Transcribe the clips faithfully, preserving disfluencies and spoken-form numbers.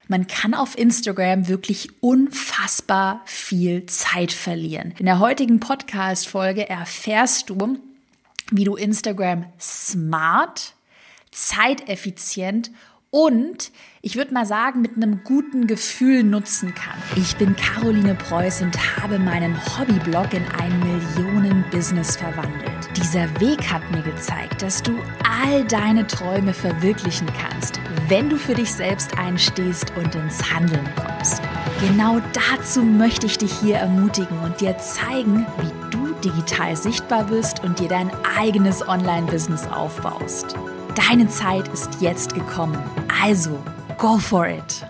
Man kann auf Instagram wirklich unfassbar viel Zeit verlieren. In der heutigen Podcast-Folge erfährst du, wie du Instagram smart, zeiteffizient und, ich würde mal sagen, mit einem guten Gefühl nutzen kann. Ich bin Caroline Preuß und habe meinen Hobbyblog in ein Millionen-Business verwandelt. Dieser Weg hat mir gezeigt, dass du all deine Träume verwirklichen kannst, wenn du für dich selbst einstehst und ins Handeln kommst. Genau dazu möchte ich dich hier ermutigen und dir zeigen, wie du digital sichtbar bist und dir dein eigenes Online-Business aufbaust. Deine Zeit ist jetzt gekommen, also go for it!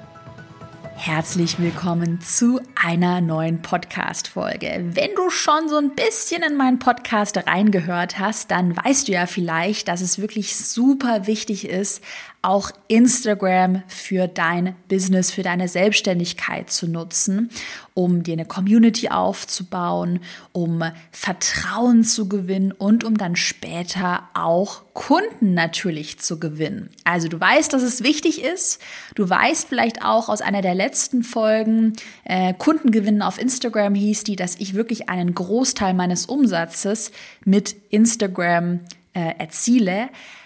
Herzlich willkommen zu einer neuen Podcast-Folge. Wenn du schon so ein bisschen in meinen Podcast reingehört hast, dann weißt du ja vielleicht, dass es wirklich super wichtig ist, auch Instagram für dein Business, für deine Selbstständigkeit zu nutzen, um dir eine Community aufzubauen, um Vertrauen zu gewinnen und um dann später auch Kunden natürlich zu gewinnen. Also du weißt, dass es wichtig ist. Du weißt vielleicht auch aus einer der letzten Folgen, äh, Kunden gewinnen auf Instagram hieß die, dass ich wirklich einen Großteil meines Umsatzes mit Instagram äh, erziele.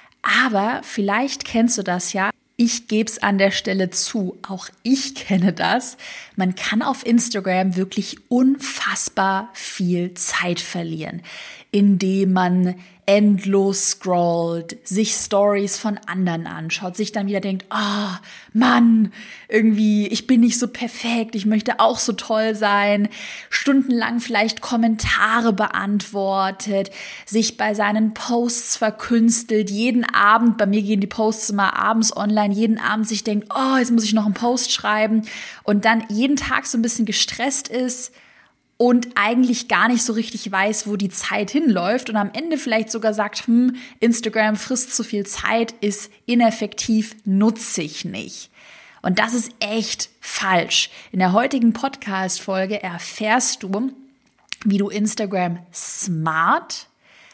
Aber vielleicht kennst du das ja. Ich gebe es an der Stelle zu, auch ich kenne das. Man kann auf Instagram wirklich unfassbar viel Zeit verlieren, indem man endlos scrollt, sich Stories von anderen anschaut, sich dann wieder denkt, ah, oh, Mann, irgendwie, ich bin nicht so perfekt, ich möchte auch so toll sein, stundenlang vielleicht Kommentare beantwortet, sich bei seinen Posts verkünstelt, jeden Abend, bei mir gehen die Posts immer abends online, jeden Abend sich denkt, oh, jetzt muss ich noch einen Post schreiben und dann jeden Tag so ein bisschen gestresst ist, und eigentlich gar nicht so richtig weiß, wo die Zeit hinläuft und am Ende vielleicht sogar sagt, hm, Instagram frisst zu viel Zeit, ist ineffektiv, nutze ich nicht. Und das ist echt falsch. In der heutigen Podcast-Folge erfährst du, wie du Instagram smart,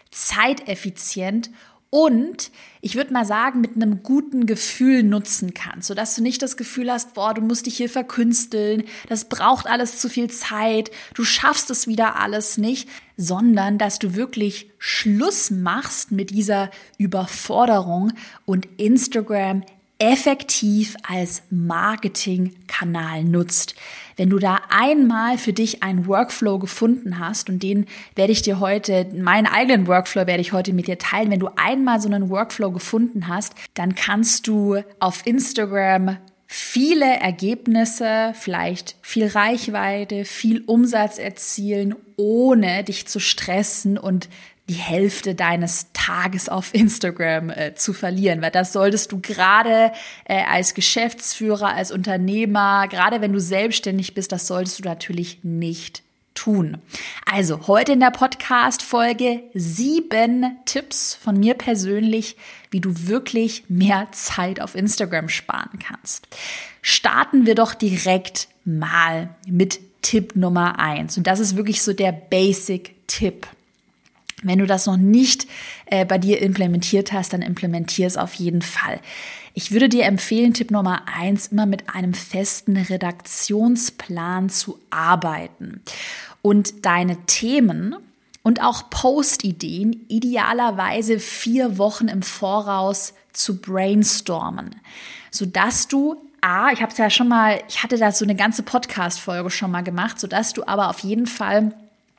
zeiteffizient und ich würde mal sagen, mit einem guten Gefühl nutzen kannst, sodass du nicht das Gefühl hast, boah, du musst dich hier verkünsteln, das braucht alles zu viel Zeit, du schaffst es wieder alles nicht, sondern dass du wirklich Schluss machst mit dieser Überforderung und Instagram effektiv als Marketingkanal nutzt. Wenn du da einmal für dich einen Workflow gefunden hast und den werde ich dir heute, meinen eigenen Workflow werde ich heute mit dir teilen, wenn du einmal so einen Workflow gefunden hast, dann kannst du auf Instagram viele Ergebnisse, vielleicht viel Reichweite, viel Umsatz erzielen, ohne dich zu stressen und die Hälfte deines Tages auf Instagram äh, zu verlieren, weil das solltest du gerade äh, als Geschäftsführer, als Unternehmer, gerade wenn du selbstständig bist, das solltest du natürlich nicht tun. Also heute in der Podcast-Folge sieben Tipps von mir persönlich, wie du wirklich mehr Zeit auf Instagram sparen kannst. Starten wir doch direkt mal mit Tipp Nummer eins und das ist wirklich so der Basic-Tipp. Wenn du das noch nicht äh, bei dir implementiert hast, dann implementier es auf jeden Fall. Ich würde dir empfehlen, Tipp Nummer eins, immer mit einem festen Redaktionsplan zu arbeiten und deine Themen und auch Post-Ideen idealerweise vier Wochen im Voraus zu brainstormen, sodass du A, ich habe es ja schon mal, ich hatte da so eine ganze Podcast-Folge schon mal gemacht, sodass du aber auf jeden Fall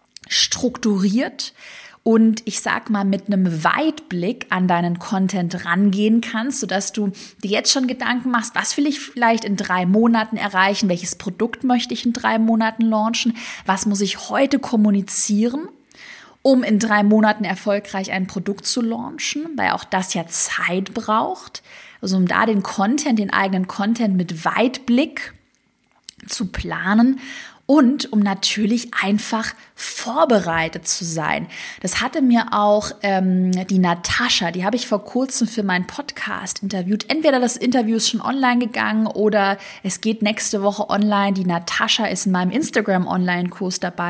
strukturiert und ich sag mal mit einem Weitblick an deinen Content rangehen kannst, sodass du dir jetzt schon Gedanken machst, was will ich vielleicht in drei Monaten erreichen, welches Produkt möchte ich in drei Monaten launchen, was muss ich heute kommunizieren, um in drei Monaten erfolgreich ein Produkt zu launchen, weil auch das ja Zeit braucht, also um da den Content, den eigenen Content mit Weitblick zu planen und um natürlich einfach vorbereitet zu sein. Das hatte mir auch ähm, die Natascha, die habe ich vor kurzem für meinen Podcast interviewt. Entweder das Interview ist schon online gegangen oder es geht nächste Woche online. Die Natascha ist in meinem Instagram-Online-Kurs dabei.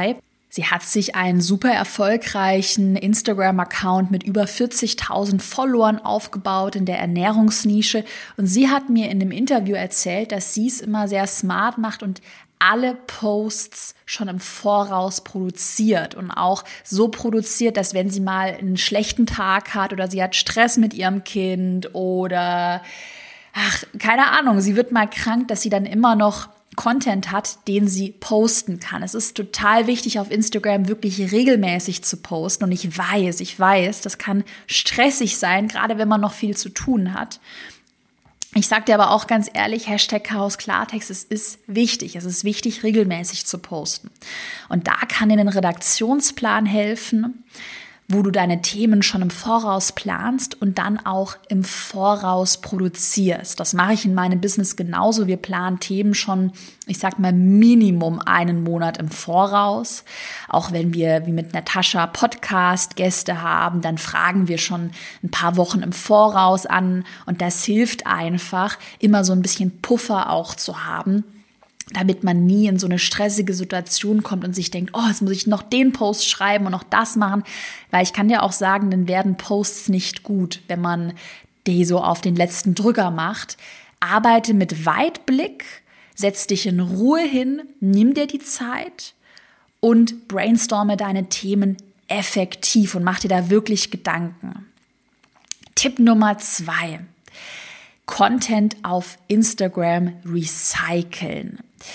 Sie hat sich einen super erfolgreichen Instagram-Account mit über vierzigtausend Followern aufgebaut in der Ernährungsnische. Und sie hat mir in dem Interview erzählt, dass sie es immer sehr smart macht und alle Posts schon im Voraus produziert und auch so produziert, dass wenn sie mal einen schlechten Tag hat oder sie hat Stress mit ihrem Kind oder, ach, keine Ahnung, sie wird mal krank, dass sie dann immer noch Content hat, den sie posten kann. Es ist total wichtig, auf Instagram wirklich regelmäßig zu posten. Und ich weiß, ich weiß, das kann stressig sein, gerade wenn man noch viel zu tun hat. Ich sage dir aber auch ganz ehrlich, Hashtag Chaos Klartext, es ist wichtig. Es ist wichtig, regelmäßig zu posten. Und da kann dir ein Redaktionsplan helfen, wo du deine Themen schon im Voraus planst und dann auch im Voraus produzierst. Das mache ich in meinem Business genauso. Wir planen Themen schon, ich sag mal, Minimum einen Monat im Voraus. Auch wenn wir wie mit Natascha Podcast-Gäste haben, dann fragen wir schon ein paar Wochen im Voraus an. Und das hilft einfach, immer so ein bisschen Puffer auch zu haben, damit man nie in so eine stressige Situation kommt und sich denkt, oh, jetzt muss ich noch den Post schreiben und noch das machen. Weil ich kann dir auch sagen, dann werden Posts nicht gut, wenn man die so auf den letzten Drücker macht. Arbeite mit Weitblick, setz dich in Ruhe hin, nimm dir die Zeit und brainstorme deine Themen effektiv und mach dir da wirklich Gedanken. Tipp Nummer zwei. Content auf Instagram recyceln.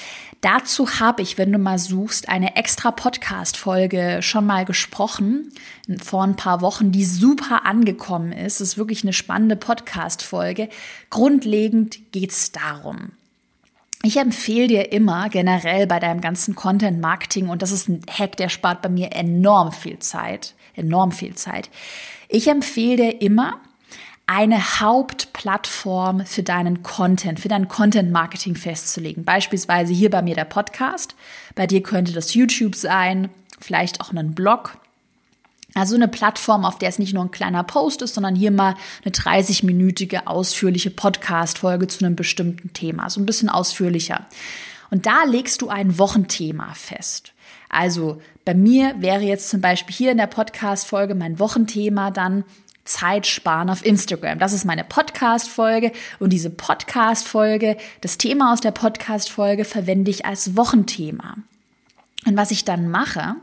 Dazu habe ich, wenn du mal suchst, eine extra Podcast-Folge schon mal gesprochen, vor ein paar Wochen, die super angekommen ist. Es ist wirklich eine spannende Podcast-Folge. Grundlegend geht es darum. Ich empfehle dir immer generell bei deinem ganzen Content-Marketing, und das ist ein Hack, der spart bei mir enorm viel Zeit, enorm viel Zeit. Ich empfehle dir immer, eine Hauptplattform für deinen Content, für dein Content-Marketing festzulegen. Beispielsweise hier bei mir der Podcast. Bei dir könnte das YouTube sein, vielleicht auch ein Blog. Also eine Plattform, auf der es nicht nur ein kleiner Post ist, sondern hier mal eine dreißig-minütige ausführliche Podcast-Folge zu einem bestimmten Thema. So ein bisschen ausführlicher. Und da legst du ein Wochenthema fest. Also bei mir wäre jetzt zum Beispiel hier in der Podcast-Folge mein Wochenthema dann Zeit sparen auf Instagram. Das ist meine Podcast-Folge und diese Podcast-Folge, das Thema aus der Podcast-Folge verwende ich als Wochenthema. Und was ich dann mache,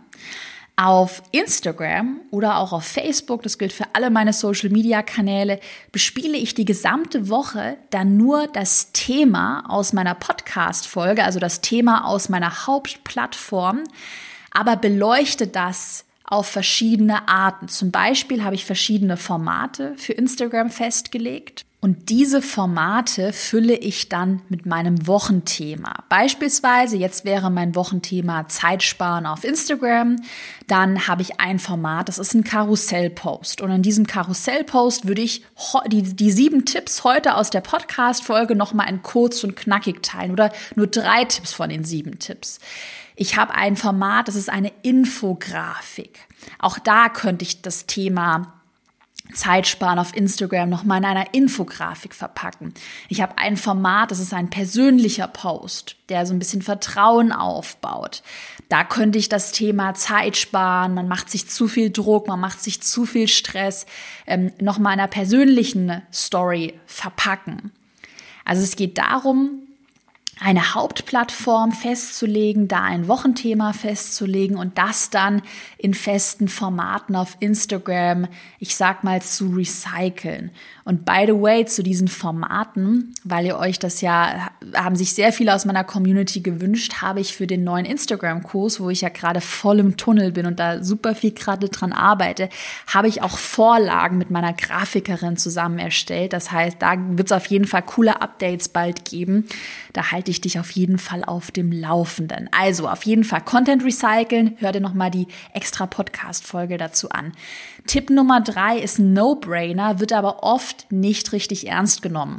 auf Instagram oder auch auf Facebook, das gilt für alle meine Social-Media-Kanäle, bespiele ich die gesamte Woche dann nur das Thema aus meiner Podcast-Folge, also das Thema aus meiner Hauptplattform, aber beleuchte das auf verschiedene Arten. Zum Beispiel habe ich verschiedene Formate für Instagram festgelegt und diese Formate fülle ich dann mit meinem Wochenthema. Beispielsweise, jetzt wäre mein Wochenthema Zeitsparen auf Instagram. Dann habe ich ein Format, das ist ein Karussellpost. Und in diesem Karussellpost würde ich die, die sieben Tipps heute aus der Podcast-Folge nochmal in kurz und knackig teilen oder nur drei Tipps von den sieben Tipps. Ich habe ein Format, das ist eine Infografik. Auch da könnte ich das Thema Zeitsparen auf Instagram nochmal in einer Infografik verpacken. Ich habe ein Format, das ist ein persönlicher Post, der so ein bisschen Vertrauen aufbaut. Da könnte ich das Thema Zeitsparen, man macht sich zu viel Druck, man macht sich zu viel Stress, ähm, nochmal in einer persönlichen Story verpacken. Also es geht darum, eine Hauptplattform festzulegen, da ein Wochenthema festzulegen und das dann in festen Formaten auf Instagram, ich sag mal, zu recyceln. Und by the way, zu diesen Formaten, weil ihr euch das ja, haben sich sehr viele aus meiner Community gewünscht, habe ich für den neuen Instagram-Kurs, wo ich ja gerade voll im Tunnel bin und da super viel gerade dran arbeite, habe ich auch Vorlagen mit meiner Grafikerin zusammen erstellt. Das heißt, da wird es auf jeden Fall coole Updates bald geben. Da halte ich dich auf jeden Fall auf dem Laufenden. Also auf jeden Fall Content recyceln. Hör dir nochmal die extra Podcast-Folge dazu an. Tipp Nummer drei ist ein No-Brainer, wird aber oft nicht richtig ernst genommen.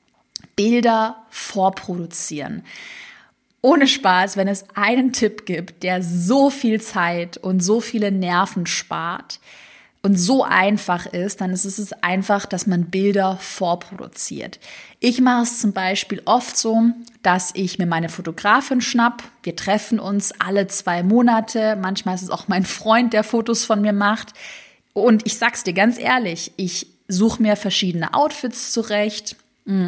Bilder vorproduzieren. Ohne Spaß, wenn es einen Tipp gibt, der so viel Zeit und so viele Nerven spart und so einfach ist, dann ist es einfach, dass man Bilder vorproduziert. Ich mache es zum Beispiel oft so, dass ich mir meine Fotografin schnapp. Wir treffen uns alle zwei Monate. Manchmal ist es auch mein Freund, der Fotos von mir macht. Und ich sag's dir ganz ehrlich, ich suche mir verschiedene Outfits zurecht.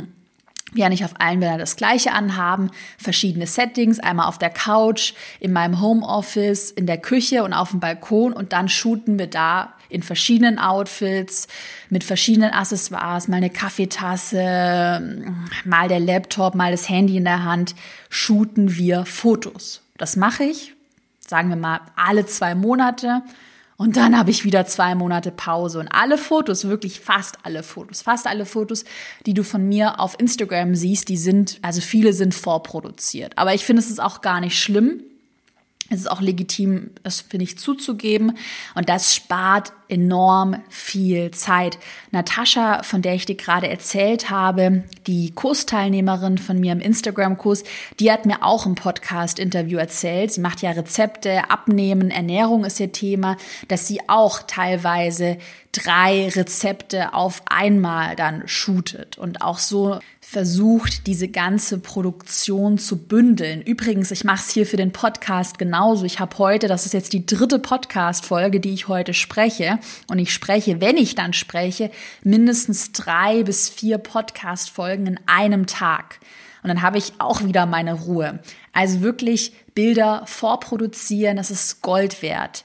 Wir nicht auf allen Bildern das Gleiche anhaben, verschiedene Settings, einmal auf der Couch, in meinem Homeoffice, in der Küche und auf dem Balkon und dann shooten wir da in verschiedenen Outfits, mit verschiedenen Accessoires, mal eine Kaffeetasse, mal der Laptop, mal das Handy in der Hand, shooten wir Fotos. Das mache ich, sagen wir mal, alle zwei Monate. Und dann habe ich wieder zwei Monate Pause und alle Fotos, wirklich fast alle Fotos, fast alle Fotos, die du von mir auf Instagram siehst, die sind, also viele sind vorproduziert. Aber ich finde, es ist auch gar nicht schlimm. Es ist auch legitim, das finde ich zuzugeben. Und das spart enorm viel Zeit. Natascha, von der ich dir gerade erzählt habe, die Kursteilnehmerin von mir im Instagram-Kurs, die hat mir auch im Podcast-Interview erzählt. Sie macht ja Rezepte, Abnehmen, Ernährung ist ihr Thema, dass sie auch teilweise drei Rezepte auf einmal dann shootet und auch so versucht, diese ganze Produktion zu bündeln. Übrigens, ich mache es hier für den Podcast genauso. Ich habe heute, das ist jetzt die dritte Podcast-Folge, die ich heute spreche. Und ich spreche, wenn ich dann spreche, mindestens drei bis vier Podcast-Folgen in einem Tag. Und dann habe ich auch wieder meine Ruhe. Also wirklich Bilder vorproduzieren, das ist Gold wert.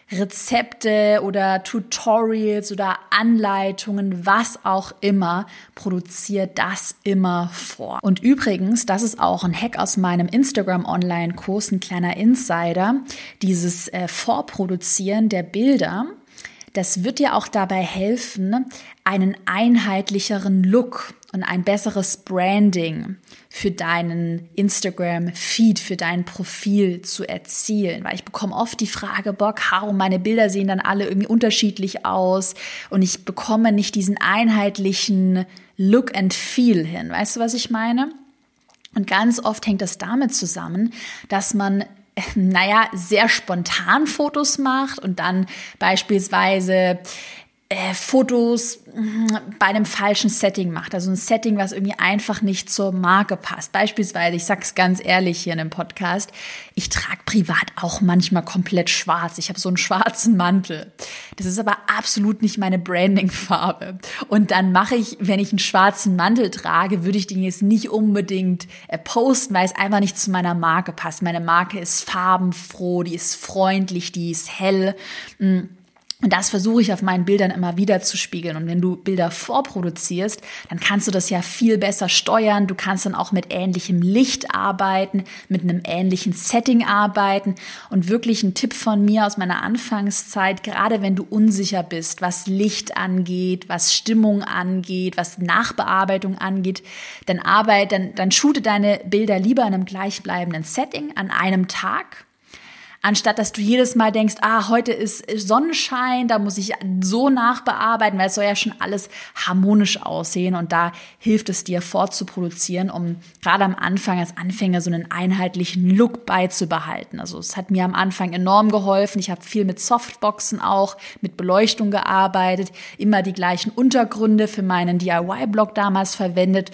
Rezepte oder Tutorials oder Anleitungen, was auch immer, produziert das immer vor. Und übrigens, das ist auch ein Hack aus meinem Instagram-Online-Kurs, ein kleiner Insider, dieses äh, Vorproduzieren der Bilder. Das wird dir auch dabei helfen, einen einheitlicheren Look und ein besseres Branding für deinen Instagram-Feed, für dein Profil zu erzielen. Weil ich bekomme oft die Frage, boah, Caro, meine Bilder sehen dann alle irgendwie unterschiedlich aus und ich bekomme nicht diesen einheitlichen Look and Feel hin. Weißt du, was ich meine? Und ganz oft hängt das damit zusammen, dass man naja, sehr spontan Fotos macht und dann beispielsweise äh, Fotos mh, bei einem falschen Setting macht. Also ein Setting, was irgendwie einfach nicht zur Marke passt. Beispielsweise, ich sag's ganz ehrlich hier in dem Podcast, ich trage privat auch manchmal komplett schwarz. Ich habe so einen schwarzen Mantel. Das ist aber absolut nicht meine Branding-Farbe. Und dann mache ich, wenn ich einen schwarzen Mantel trage, würde ich den jetzt nicht unbedingt äh, posten, weil es einfach nicht zu meiner Marke passt. Meine Marke ist farbenfroh, die ist freundlich, die ist hell. Mh. Und das versuche ich auf meinen Bildern immer wieder zu spiegeln. Und wenn du Bilder vorproduzierst, dann kannst du das ja viel besser steuern. Du kannst dann auch mit ähnlichem Licht arbeiten, mit einem ähnlichen Setting arbeiten. Und wirklich ein Tipp von mir aus meiner Anfangszeit, gerade wenn du unsicher bist, was Licht angeht, was Stimmung angeht, was Nachbearbeitung angeht, dann arbeite, dann, dann shoote deine Bilder lieber in einem gleichbleibenden Setting an einem Tag. Anstatt dass du jedes Mal denkst, ah, heute ist Sonnenschein, da muss ich so nachbearbeiten, weil es soll ja schon alles harmonisch aussehen. Und da hilft es dir vorzuproduzieren, um gerade am Anfang als Anfänger so einen einheitlichen Look beizubehalten. Also es hat mir am Anfang enorm geholfen. Ich habe viel mit Softboxen auch, mit Beleuchtung gearbeitet, immer die gleichen Untergründe für meinen D I Y-Blog damals verwendet.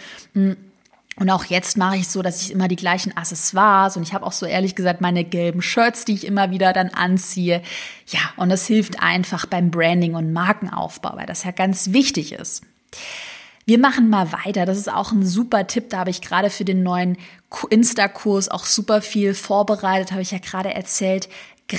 Und auch jetzt mache ich so, dass ich immer die gleichen Accessoires und ich habe auch so ehrlich gesagt meine gelben Shirts, die ich immer wieder dann anziehe. Ja, und das hilft einfach beim Branding und Markenaufbau, weil das ja ganz wichtig ist. Wir machen mal weiter. Das ist auch ein super Tipp. Da habe ich gerade für den neuen Insta-Kurs auch super viel vorbereitet, habe ich ja gerade erzählt.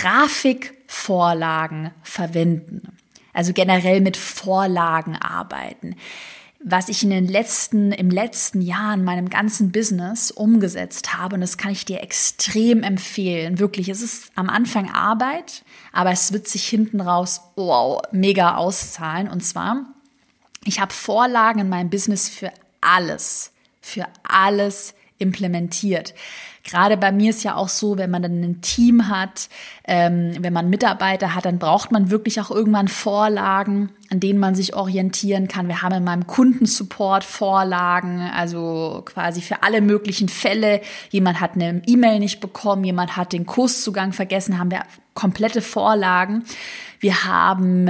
Grafikvorlagen verwenden. Also generell mit Vorlagen arbeiten. Was ich in den letzten, im letzten Jahr in meinem ganzen Business umgesetzt habe, und das kann ich dir extrem empfehlen. Wirklich, es ist am Anfang Arbeit, aber es wird sich hinten raus, wow, mega auszahlen. Und zwar, ich habe Vorlagen in meinem Business für alles, für alles implementiert. Gerade bei mir ist ja auch so, wenn man dann ein Team hat, ähm, wenn man Mitarbeiter hat, dann braucht man wirklich auch irgendwann Vorlagen, an denen man sich orientieren kann. Wir haben in meinem Kundensupport Vorlagen, also quasi für alle möglichen Fälle. Jemand hat eine E-Mail nicht bekommen, jemand hat den Kurszugang vergessen, haben wir komplette Vorlagen. Wir haben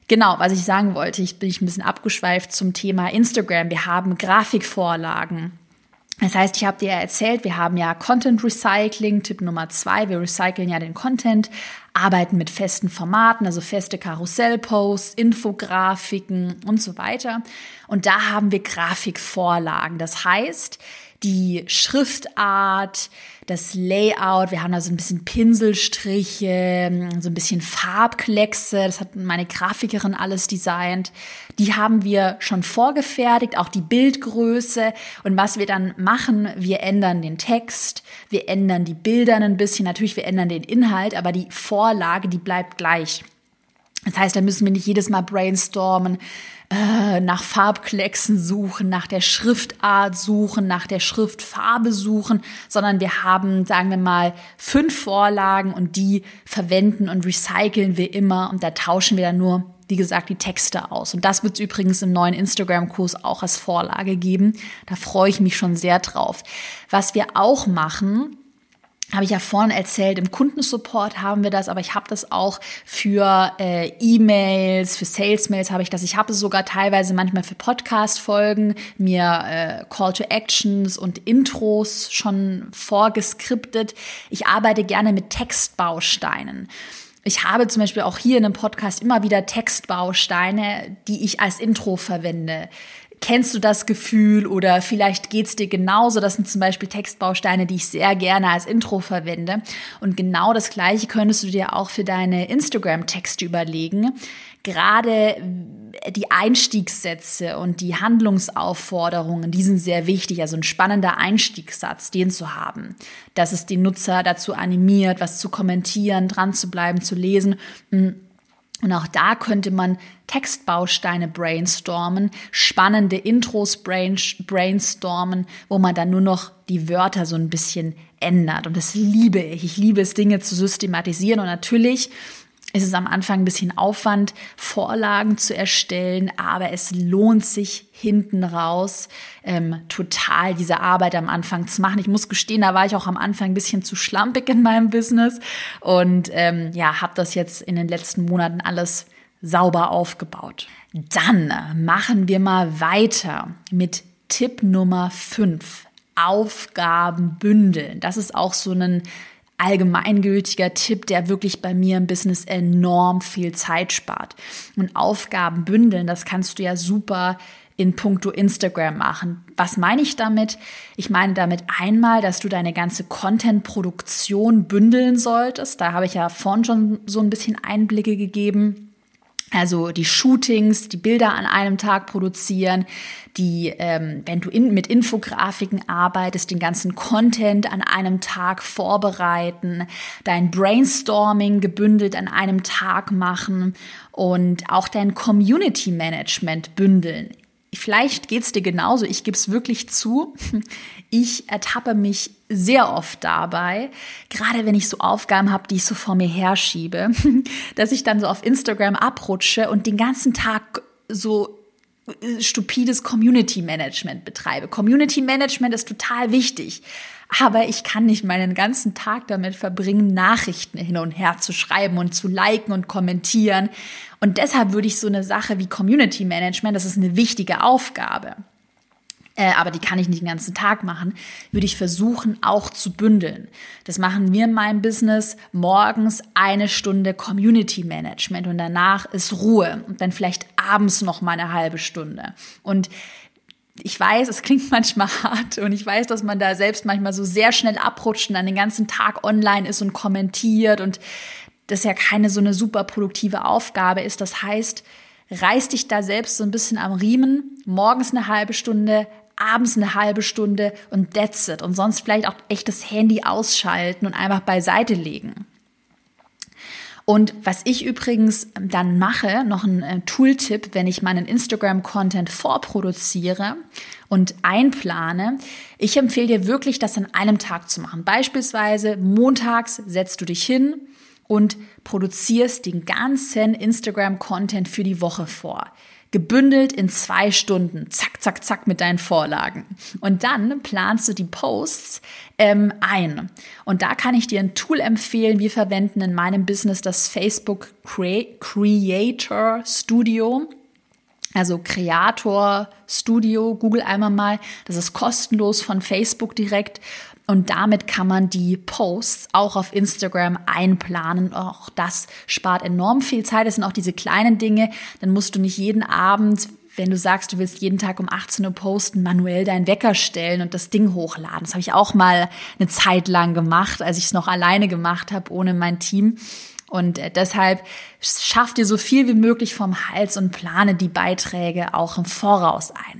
Genau, was ich sagen wollte, ich bin ein bisschen abgeschweift zum Thema Instagram. Wir haben Grafikvorlagen. Das heißt, ich habe dir ja erzählt, wir haben ja Content Recycling, Tipp Nummer zwei, wir recyceln ja den Content, arbeiten mit festen Formaten, also feste Karussellposts, Infografiken und so weiter. Und da haben wir Grafikvorlagen. Das heißt, die Schriftart, das Layout, wir haben da so ein bisschen Pinselstriche, so ein bisschen Farbkleckse, das hat meine Grafikerin alles designt. Die haben wir schon vorgefertigt, auch die Bildgröße. Und was wir dann machen, wir ändern den Text, wir ändern die Bilder ein bisschen, natürlich wir ändern den Inhalt, aber die Vorlage, die bleibt gleich. Das heißt, da müssen wir nicht jedes Mal brainstormen, äh, nach Farbklecksen suchen, nach der Schriftart suchen, nach der Schriftfarbe suchen, sondern wir haben, sagen wir mal, fünf Vorlagen und die verwenden und recyceln wir immer und da tauschen wir dann nur, wie gesagt, die Texte aus. Und das wird es übrigens im neuen Instagram-Kurs auch als Vorlage geben. Da freue ich mich schon sehr drauf. Was wir auch machen, habe ich ja vorhin erzählt, im Kundensupport haben wir das, aber ich habe das auch für äh, E-Mails, für Sales-Mails habe ich das. Ich habe es sogar teilweise manchmal für Podcast-Folgen, mir äh, Call-to-Actions und Intros schon vorgeskriptet. Ich arbeite gerne mit Textbausteinen. Ich habe zum Beispiel auch hier in einem Podcast immer wieder Textbausteine, die ich als Intro verwende. Kennst du das Gefühl oder vielleicht geht's dir genauso? Das sind zum Beispiel Textbausteine, die ich sehr gerne als Intro verwende. Und genau das Gleiche könntest du dir auch für deine Instagram-Texte überlegen. Gerade die Einstiegssätze und die Handlungsaufforderungen, die sind sehr wichtig. Also ein spannender Einstiegssatz, den zu haben, dass es den Nutzer dazu animiert, was zu kommentieren, dran zu bleiben, zu lesen. Und auch da könnte man Textbausteine brainstormen, spannende Intros brainstormen, wo man dann nur noch die Wörter so ein bisschen ändert. Und das liebe ich. Ich liebe es, Dinge zu systematisieren. Und natürlich ist es am Anfang ein bisschen Aufwand, Vorlagen zu erstellen, aber es lohnt sich hinten raus ähm, total, diese Arbeit am Anfang zu machen. Ich muss gestehen, da war ich auch am Anfang ein bisschen zu schlampig in meinem Business und ähm, ja, habe das jetzt in den letzten Monaten alles sauber aufgebaut. Dann machen wir mal weiter mit Tipp Nummer fünf, Aufgaben bündeln. Das ist auch so ein allgemeingültiger Tipp, der wirklich bei mir im Business enorm viel Zeit spart. Und Aufgaben bündeln, das kannst du ja super in puncto Instagram machen. Was meine ich damit? Ich meine damit einmal, dass du deine ganze Content-Produktion bündeln solltest. Da habe ich ja vorhin schon so ein bisschen Einblicke gegeben. Also die Shootings, die Bilder an einem Tag produzieren, die, ähm, wenn du in, mit Infografiken arbeitest, den ganzen Content an einem Tag vorbereiten, dein Brainstorming gebündelt an einem Tag machen und auch dein Community Management bündeln. Vielleicht geht's dir genauso, ich gebe es wirklich zu. Ich ertappe mich sehr oft dabei, gerade wenn ich so Aufgaben habe, die ich so vor mir herschiebe, dass ich dann so auf Instagram abrutsche und den ganzen Tag so stupides Community Management betreibe. Community Management ist total wichtig, aber ich kann nicht meinen ganzen Tag damit verbringen, Nachrichten hin und her zu schreiben und zu liken und kommentieren. Und deshalb würde ich so eine Sache wie Community Management, das ist eine wichtige Aufgabe, äh, aber die kann ich nicht den ganzen Tag machen, würde ich versuchen auch zu bündeln. Das machen wir in meinem Business morgens eine Stunde Community Management und danach ist Ruhe und dann vielleicht abends noch mal eine halbe Stunde. Und ich weiß, es klingt manchmal hart und ich weiß, dass man da selbst manchmal so sehr schnell abrutscht und dann den ganzen Tag online ist und kommentiert und das ja keine so eine super produktive Aufgabe ist. Das heißt, reiß dich da selbst so ein bisschen am Riemen, morgens eine halbe Stunde, abends eine halbe Stunde und that's it. Und sonst vielleicht auch echt das Handy ausschalten und einfach beiseite legen. Und was ich übrigens dann mache, noch ein Tooltip, wenn ich meinen Instagram-Content vorproduziere und einplane, ich empfehle dir wirklich, das an einem Tag zu machen. Beispielsweise montags setzt du dich hin und produzierst den ganzen Instagram-Content für die Woche vor. gebündelt in zwei Stunden, zack, zack, zack mit deinen Vorlagen. Und dann planst du die Posts ähm, ein. Und da kann ich dir ein Tool empfehlen. Wir verwenden in meinem Business das Facebook Creator Studio. Also Creator Studio, Google einmal mal. Das ist kostenlos von Facebook direkt. Und damit kann man die Posts auch auf Instagram einplanen. Auch das spart enorm viel Zeit. Das sind auch diese kleinen Dinge. Dann musst du nicht jeden Abend, wenn du sagst, du willst jeden Tag um achtzehn Uhr posten, manuell deinen Wecker stellen und das Ding hochladen. Das habe ich auch mal eine Zeit lang gemacht, als ich es noch alleine gemacht habe, ohne mein Team. Und deshalb schaff dir so viel wie möglich vom Hals und plane die Beiträge auch im Voraus ein.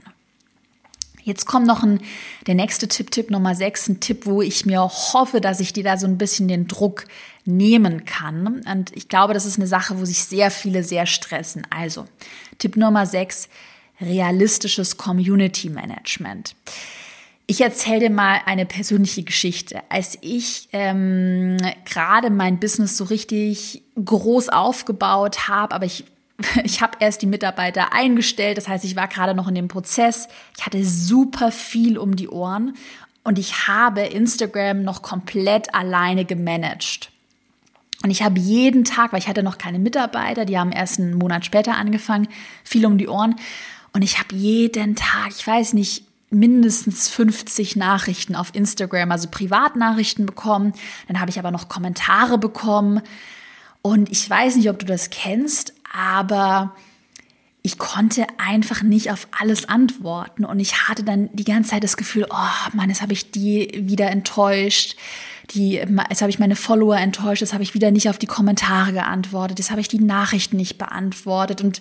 Jetzt kommt noch ein, der nächste Tipp, Tipp Nummer sechs, ein Tipp, wo ich mir hoffe, dass ich dir da so ein bisschen den Druck nehmen kann. Und ich glaube, das ist eine Sache, wo sich sehr viele sehr stressen. Also, Tipp Nummer sechs, realistisches Community Management. Ich erzähle dir mal eine persönliche Geschichte. Als ich ähm, gerade mein Business so richtig groß aufgebaut habe, aber ich Ich habe erst die Mitarbeiter eingestellt, das heißt, ich war gerade noch in dem Prozess. Ich hatte super viel um die Ohren und ich habe Instagram noch komplett alleine gemanagt. Und ich habe jeden Tag, weil ich hatte noch keine Mitarbeiter, die haben erst einen Monat später angefangen, viel um die Ohren. Und ich habe jeden Tag, ich weiß nicht, mindestens fünfzig Nachrichten auf Instagram, also Privatnachrichten bekommen. Dann habe ich aber noch Kommentare bekommen. Und ich weiß nicht, ob du das kennst, aber ich konnte einfach nicht auf alles antworten. Und ich hatte dann die ganze Zeit das Gefühl, oh Mann, jetzt habe ich die wieder enttäuscht. Die, jetzt habe ich meine Follower enttäuscht. Jetzt habe ich wieder nicht auf die Kommentare geantwortet. Jetzt habe ich die Nachrichten nicht beantwortet. Und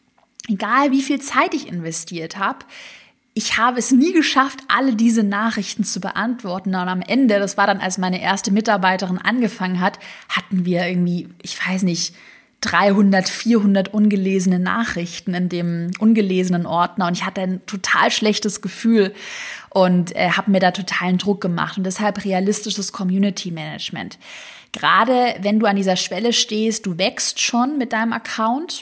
egal, wie viel Zeit ich investiert habe, ich habe es nie geschafft, alle diese Nachrichten zu beantworten. Und am Ende, das war dann, als meine erste Mitarbeiterin angefangen hat, hatten wir irgendwie, ich weiß nicht, dreihundert, vierhundert ungelesene Nachrichten in dem ungelesenen Ordner. Und ich hatte ein total schlechtes Gefühl und äh, habe mir da totalen Druck gemacht. Und deshalb realistisches Community Management. Gerade wenn du an dieser Schwelle stehst, du wächst schon mit deinem Account,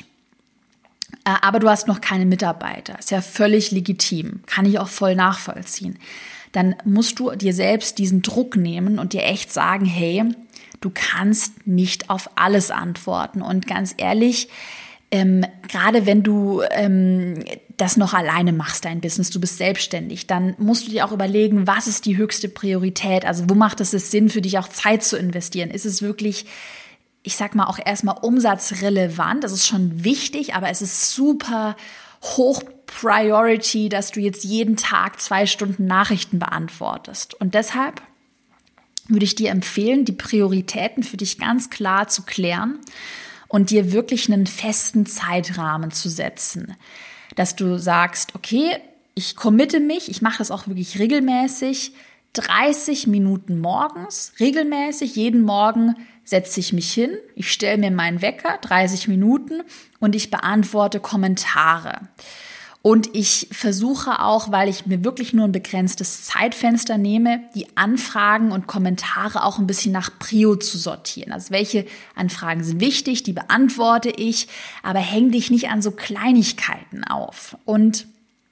aber du hast noch keine Mitarbeiter. Ist ja völlig legitim. Kann ich auch voll nachvollziehen. Dann musst du dir selbst diesen Druck nehmen und dir echt sagen, hey, du kannst nicht auf alles antworten. Und ganz ehrlich, ähm, gerade wenn du ähm, das noch alleine machst, dein Business, du bist selbstständig, dann musst du dir auch überlegen, was ist die höchste Priorität? Also wo macht es Sinn für dich auch Zeit zu investieren? Ist es wirklich, ich sag mal, auch erstmal umsatzrelevant? Das ist schon wichtig, aber es ist super hoch Priority, dass du jetzt jeden Tag zwei Stunden Nachrichten beantwortest. Und deshalb würde ich dir empfehlen, die Prioritäten für dich ganz klar zu klären und dir wirklich einen festen Zeitrahmen zu setzen. Dass du sagst, okay, ich committe mich, ich mache das auch wirklich regelmäßig, dreißig Minuten morgens, regelmäßig, jeden Morgen setze ich mich hin, ich stelle mir meinen Wecker, dreißig Minuten, und ich beantworte Kommentare. Und ich versuche auch, weil ich mir wirklich nur ein begrenztes Zeitfenster nehme, die Anfragen und Kommentare auch ein bisschen nach Prio zu sortieren. Also welche Anfragen sind wichtig, die beantworte ich, aber häng dich nicht an so Kleinigkeiten auf. Und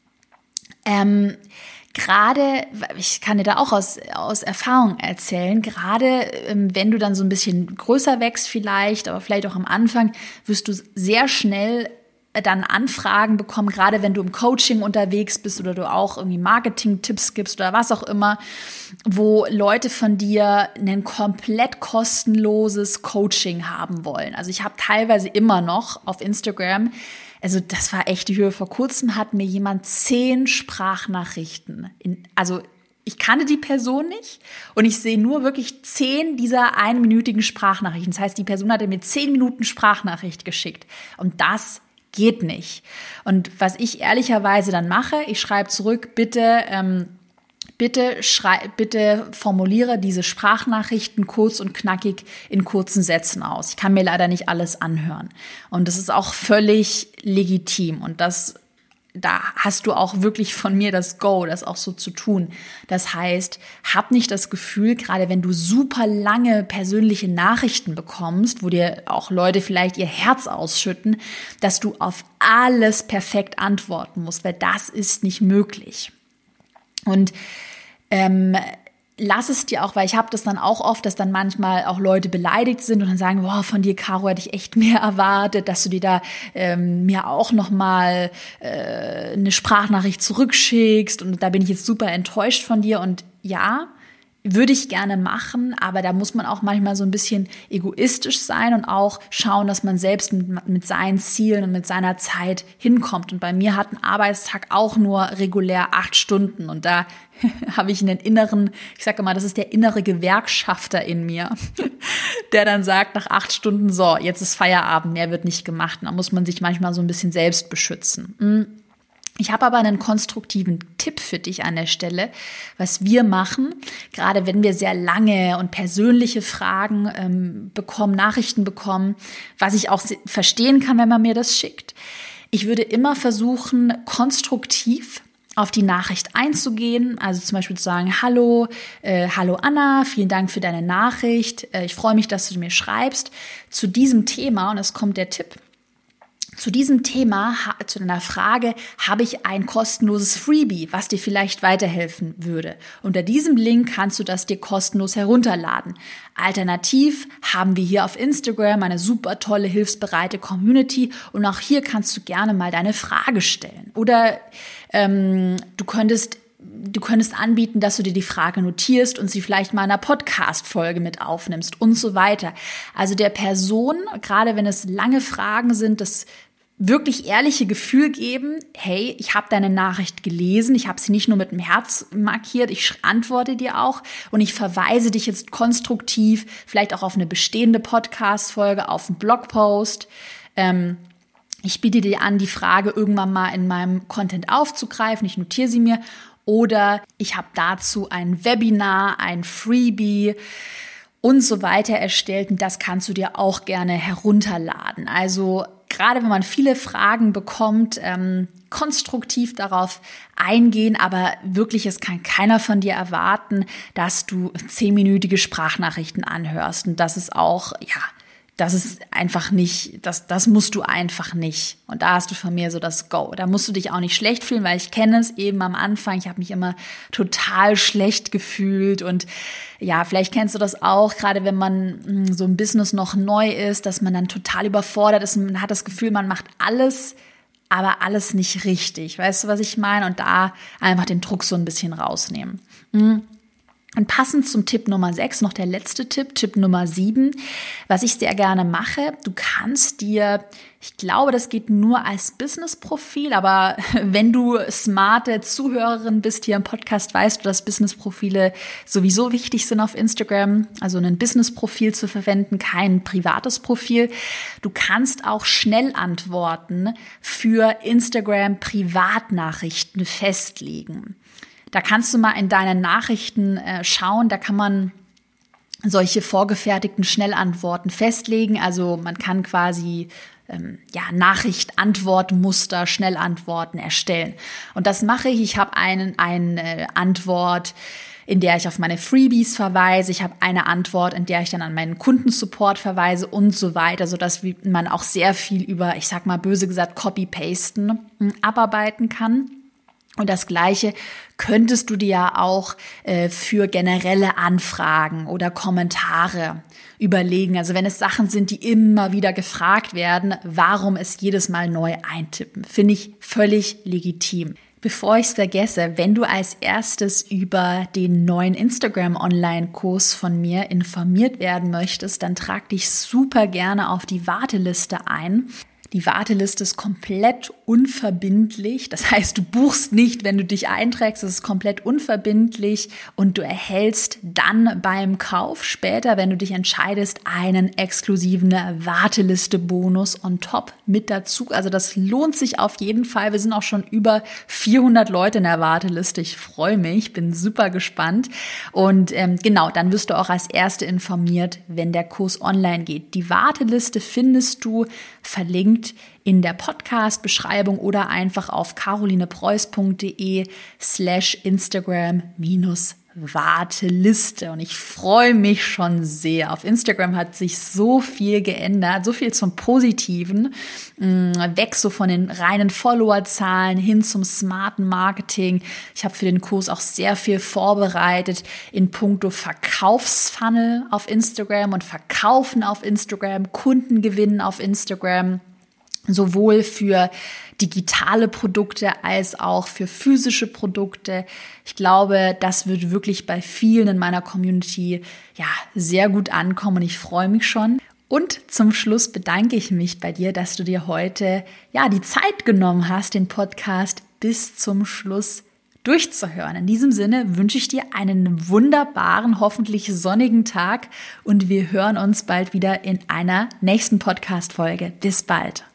ähm, Gerade, ich kann dir da auch aus, aus Erfahrung erzählen, gerade ähm, wenn du dann so ein bisschen größer wächst vielleicht, aber vielleicht auch am Anfang, wirst du sehr schnell dann Anfragen bekommen, gerade wenn du im Coaching unterwegs bist oder du auch irgendwie Marketing-Tipps gibst oder was auch immer, wo Leute von dir ein komplett kostenloses Coaching haben wollen. Also ich habe teilweise immer noch auf Instagram, also das war echt die Höhe, vor kurzem hat mir jemand zehn Sprachnachrichten, in, also ich kannte die Person nicht und ich sehe nur wirklich zehn dieser einminütigen Sprachnachrichten. Das heißt, die Person hatte mir zehn Minuten Sprachnachricht geschickt und das geht nicht. Und was ich ehrlicherweise dann mache, ich schreibe zurück, bitte, ähm, bitte, schrei- bitte formuliere diese Sprachnachrichten kurz und knackig in kurzen Sätzen aus. Ich kann mir leider nicht alles anhören. Und das ist auch völlig legitim. Und das da hast du auch wirklich von mir das Go, das auch so zu tun. Das heißt, hab nicht das Gefühl, gerade wenn du super lange persönliche Nachrichten bekommst, wo dir auch Leute vielleicht ihr Herz ausschütten, dass du auf alles perfekt antworten musst, weil das ist nicht möglich. Und ähm, lass es dir auch, weil ich habe das dann auch oft, dass dann manchmal auch Leute beleidigt sind und dann sagen, boah, von dir, Caro, hätte ich echt mehr erwartet, dass du dir da ähm, mir auch nochmal äh, eine Sprachnachricht zurückschickst und da bin ich jetzt super enttäuscht von dir. Und ja, würde ich gerne machen, aber da muss man auch manchmal so ein bisschen egoistisch sein und auch schauen, dass man selbst mit, mit seinen Zielen und mit seiner Zeit hinkommt. Und bei mir hat ein Arbeitstag auch nur regulär acht Stunden und da habe ich einen inneren, ich sage immer, das ist der innere Gewerkschafter in mir, der dann sagt nach acht Stunden, so, jetzt ist Feierabend, mehr wird nicht gemacht. Und da muss man sich manchmal so ein bisschen selbst beschützen. Ich habe aber einen konstruktiven Tipp für dich an der Stelle, was wir machen, gerade wenn wir sehr lange und persönliche Fragen ähm, bekommen, Nachrichten bekommen, was ich auch verstehen kann, wenn man mir das schickt. Ich würde immer versuchen, konstruktiv auf die Nachricht einzugehen, also zum Beispiel zu sagen, hallo, äh, hallo Anna, vielen Dank für deine Nachricht, äh, ich freue mich, dass du mir schreibst. Zu diesem Thema, und es kommt der Tipp, zu diesem Thema, zu deiner Frage, habe ich ein kostenloses Freebie, was dir vielleicht weiterhelfen würde. Unter diesem Link kannst du das dir kostenlos herunterladen. Alternativ haben wir hier auf Instagram eine super tolle, hilfsbereite Community und auch hier kannst du gerne mal deine Frage stellen. Oder ähm, du könntest Du könntest anbieten, dass du dir die Frage notierst und sie vielleicht mal in einer Podcast-Folge mit aufnimmst und so weiter. Also der Person, gerade wenn es lange Fragen sind, das wirklich ehrliche Gefühl geben, hey, ich habe deine Nachricht gelesen, ich habe sie nicht nur mit dem Herz markiert, ich antworte dir auch und ich verweise dich jetzt konstruktiv, vielleicht auch auf eine bestehende Podcast-Folge, auf einen Blogpost. Ähm, ich biete dir an, die Frage irgendwann mal in meinem Content aufzugreifen, ich notiere sie mir. Oder ich habe dazu ein Webinar, ein Freebie und so weiter erstellt und das kannst du dir auch gerne herunterladen. Also gerade wenn man viele Fragen bekommt, ähm, konstruktiv darauf eingehen, aber wirklich, es kann keiner von dir erwarten, dass du zehnminütige Sprachnachrichten anhörst und das ist auch, ja, das ist einfach nicht, das, das musst du einfach nicht. Und da hast du von mir so das Go. Da musst du dich auch nicht schlecht fühlen, weil ich kenne es eben am Anfang. Ich habe mich immer total schlecht gefühlt. Und ja, vielleicht kennst du das auch, gerade wenn man so im Business noch neu ist, dass man dann total überfordert ist. Man hat das Gefühl, man macht alles, aber alles nicht richtig. Weißt du, was ich meine? Und da einfach den Druck so ein bisschen rausnehmen. Mhm. Und passend zum Tipp Nummer sechs, noch der letzte Tipp, Tipp Nummer sieben, was ich sehr gerne mache, du kannst dir, ich glaube, das geht nur als Business-Profil, aber wenn du smarte Zuhörerin bist hier im Podcast, weißt du, dass Business-Profile sowieso wichtig sind auf Instagram, also ein Business-Profil zu verwenden, kein privates Profil. Du kannst auch Schnellantworten für Instagram-Privatnachrichten festlegen. Da kannst du mal in deinen Nachrichten äh, schauen, da kann man solche vorgefertigten Schnellantworten festlegen. Also man kann quasi ähm, ja, Nachricht-Antwort-Muster, Schnellantworten erstellen. Und das mache ich. Ich habe einen, eine Antwort, in der ich auf meine Freebies verweise. Ich habe eine Antwort, in der ich dann an meinen Kundensupport verweise und so weiter, sodass man auch sehr viel über, ich sag mal böse gesagt, Copy-Pasten abarbeiten kann. Und das Gleiche könntest du dir ja auch äh, für generelle Anfragen oder Kommentare überlegen. Also wenn es Sachen sind, die immer wieder gefragt werden, warum es jedes Mal neu eintippen, finde ich völlig legitim. Bevor ich es vergesse, wenn du als erstes über den neuen Instagram-Online-Kurs von mir informiert werden möchtest, dann trag dich super gerne auf die Warteliste ein. Die Warteliste ist komplett unverbindlich. Das heißt, du buchst nicht, wenn du dich einträgst. Es ist komplett unverbindlich und du erhältst dann beim Kauf später, wenn du dich entscheidest, einen exklusiven Warteliste-Bonus on top mit dazu. Also das lohnt sich auf jeden Fall. Wir sind auch schon über vierhundert Leute in der Warteliste. Ich freue mich, bin super gespannt. Und ähm, genau, dann wirst du auch als Erste informiert, wenn der Kurs online geht. Die Warteliste findest du verlinkt verlinkt in der Podcast-Beschreibung oder einfach auf carolinepreuß.de slash Instagram minus Warteliste. Und ich freue mich schon sehr. Auf Instagram hat sich so viel geändert, so viel zum Positiven. Weg so von den reinen Followerzahlen hin zum smarten Marketing. Ich habe für den Kurs auch sehr viel vorbereitet in puncto Verkaufsfunnel auf Instagram und Verkaufen auf Instagram, Kundengewinnen auf Instagram. Sowohl für digitale Produkte als auch für physische Produkte. Ich glaube, das wird wirklich bei vielen in meiner Community ja sehr gut ankommen und ich freue mich schon. Und zum Schluss bedanke ich mich bei dir, dass du dir heute ja die Zeit genommen hast, den Podcast bis zum Schluss durchzuhören. In diesem Sinne wünsche ich dir einen wunderbaren, hoffentlich sonnigen Tag und wir hören uns bald wieder in einer nächsten Podcast-Folge. Bis bald.